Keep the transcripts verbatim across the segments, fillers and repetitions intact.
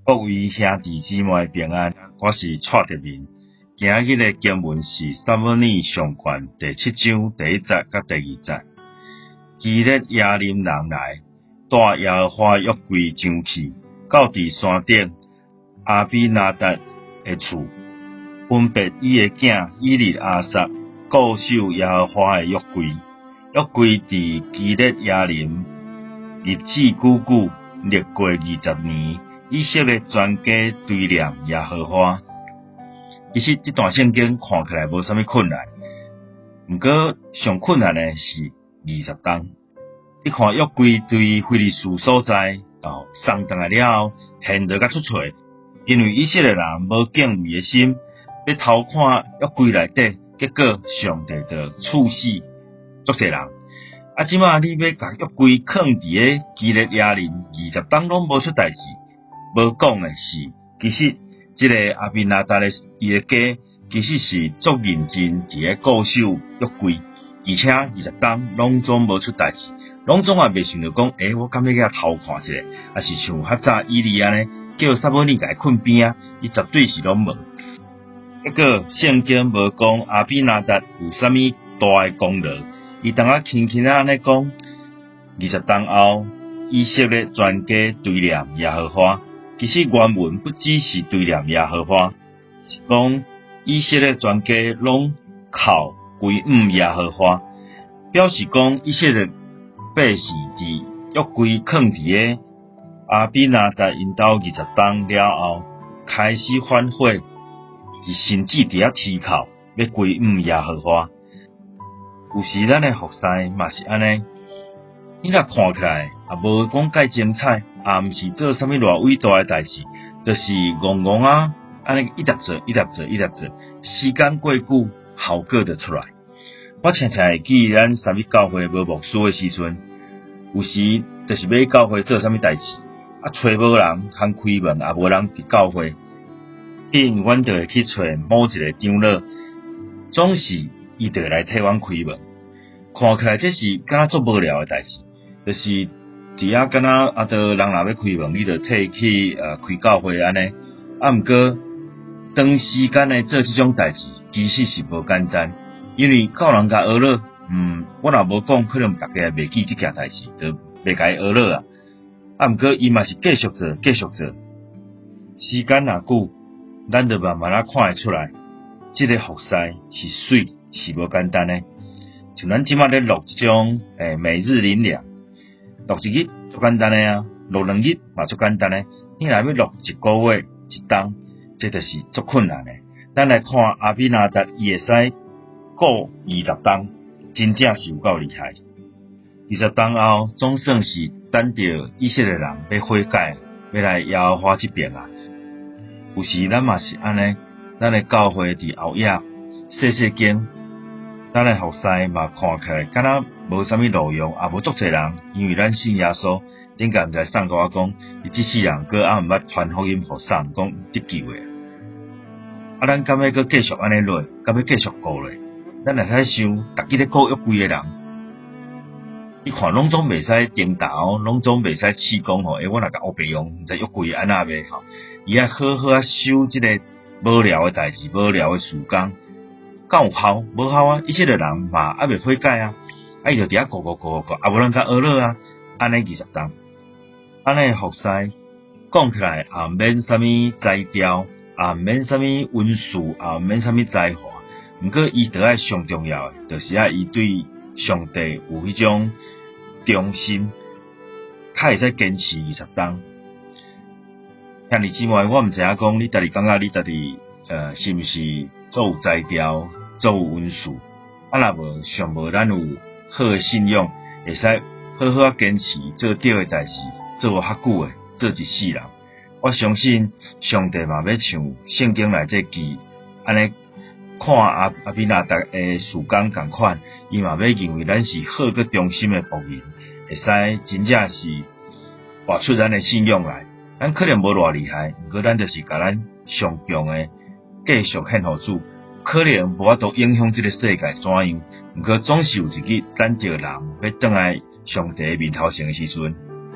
各位兄弟姊妹平安，我是蔡德明。今日的经文是撒母耳上卷第七章第一节甲第二节。基列亚林人来，带耶和华约柜上去，到伫山顶阿比拿达的厝，分别伊的囝以利亚撒固守耶和华的约柜。约柜伫基列亚林日子久久，历过二十年。以色列全家追念耶和华。其实这段圣经看起来无啥物困难，毋过上困难的是二十章。你看约柜对非利士所在哦送倒来了后，现在甲出错，因为以色列人无敬畏的心，要偷看约柜内底，结果上帝就处死足侪人。啊，即马你要甲约柜藏伫个基列亚林，二十章拢无出代志。无讲的是，其实这个阿比拿达的伊的家，其实是足认真伫咧固守约柜，而且二十章拢总无出代志，拢总也未想到讲，诶、欸，我敢要甲偷看一下，也是像较早以利亚呢，叫撒母耳甲伊困边啊，伊绝对是拢无。一个圣经无讲阿比拿达有啥物大的功劳，伊当啊轻轻啊安尼讲，二十章后，以色列全家追念耶和华。其实原文不只是对念耶和华，是讲以色列全家拢靠归五耶和华，表示讲以色列百姓伫约柜藏伫个阿比拿达因兜二十章了后，开始反悔，甚至伫遐啼哭，要归五耶和华。有时咱的服侍嘛是安尼，你若看起来也无讲介精彩。也毋是做啥物偌伟大诶代志，就是戆戆啊，安尼一粒做一粒做一粒做，时间过久，效果就出来。我常常会记咱三一教会无牧师诶时阵，有时就是要教会做啥物代志，啊，找无人通开门，也无人伫教会，因阮就会去找某一个长老，总是伊就会来替阮开门。看起来这是敢若做无聊诶代志，就是。伫遐敢若啊，都人若要开门，你就替去呃开教会安尼。啊，毋过长时间来做即种代志，其实是无简单。因为教人家学了，嗯，我若无讲，可能大家也袂记即件代志，就袂甲伊学了啊。啊，毋过伊嘛是继续做，继续做。时间若久，咱就慢慢啊看会出来，即、这个服侍是水是无简单诶。像咱即马咧录即种诶每日灵粮。录一日足简单诶啊，录两日嘛足简单诶。你若要录一个月一档，这就是足困难诶。咱来看阿比拿达伊会使过二十档，真正是有够厉害。二十档后，总算是等到以色列人要悔改，要来耶和华这边啊。有时咱嘛是安尼，咱诶教会伫后夜细细间。咱来服侍嘛，看起来敢若无啥物路用，也无足侪人，因为咱信耶稣，顶个毋知送甲我讲，伊即世人个也毋捌传福音互送，讲得救诶。啊，咱敢要搁继续安尼落，敢要继续过落，咱来睇想，逐日咧过约柜诶人，你看拢总袂使颠倒，拢总袂使试讲吼，诶、欸，我若甲乌白用，毋知约柜安那袂吼，伊爱好好啊修即个无聊诶代志，无聊诶事工。敢有效？无效啊！以色列人嘛还袂悔改啊！啊，伊就伫遐过过过过，也无人甲学了啊！安尼二十档，安尼服侍讲起来也毋免啥物才调，也毋免啥物文书，也毋免啥物才华。毋过伊得爱上重要诶，就是啊，伊对上帝有迄种忠心，较会使坚持二十档。兄弟姊妹，我毋知影讲你家己感觉你家己呃是毋是做有才调？做有文书，啊若无上无咱有好诶信用，会使好好啊坚持做对诶代志，做较久诶，做一世人。我相信上帝嘛要像圣经内底记，安尼看阿阿比拿达诶事工共款，伊嘛要认为咱是好个忠心诶仆人，会使真正是活出咱诶信用来。咱可能无偌厉害，毋过咱就是甲咱上强诶继续献互主。可能无法度影响这个世界怎样，毋过总是有一日，咱这个人要倒来上帝面头前的时阵，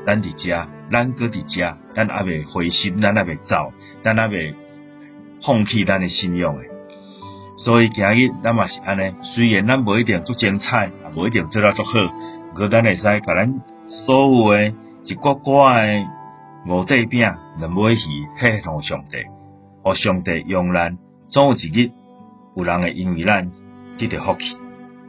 咱伫遮，咱搁伫遮，咱还未灰心，咱还未走，咱还未放弃咱的信仰诶。所以今日咱嘛是安尼，虽然咱无一定足精彩，也无一定做得足好，不过咱会使甲咱所有诶一寡寡诶五块饼、两尾鱼献互上帝，互上帝用咱，总有一日有人会因为咱得到福气。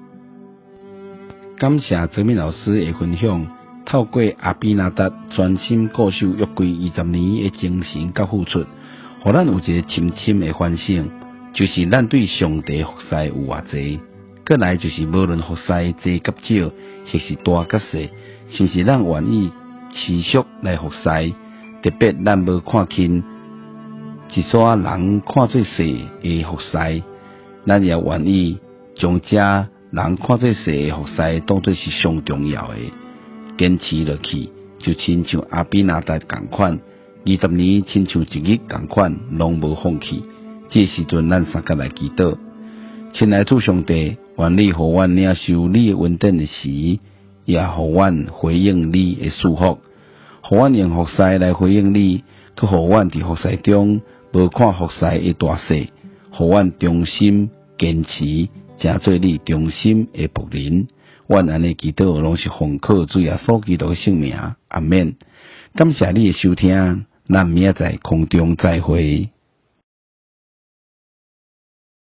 感谢泽明老师的分享，透过阿比拿达专心固守约柜二十年的精神甲付出，互咱有一个深深的反省，就是咱对上帝服侍有偌济，过来就是无论服侍济甲少，或是大甲细，是毋是咱愿意持续来服侍？特别咱无看轻一撮人看做细的服侍，咱也愿意将这人看做细的服侍当作是上重要的，坚持落去，就亲像阿比拿达同款，二十年亲像一日同款，拢无放弃。这时阵，咱三个来祈祷，亲爱主上帝，愿你互阮领受你的恩典的时，也互阮回应你的祝福，互阮用服侍来回应你，佮互阮伫服侍中无看服侍的大小，互阮忠心坚持，成做你忠心的仆人。阮安尼祈祷，拢是奉靠主耶稣基督的圣名，阿免。感谢你的收听，咱明仔载空中再会。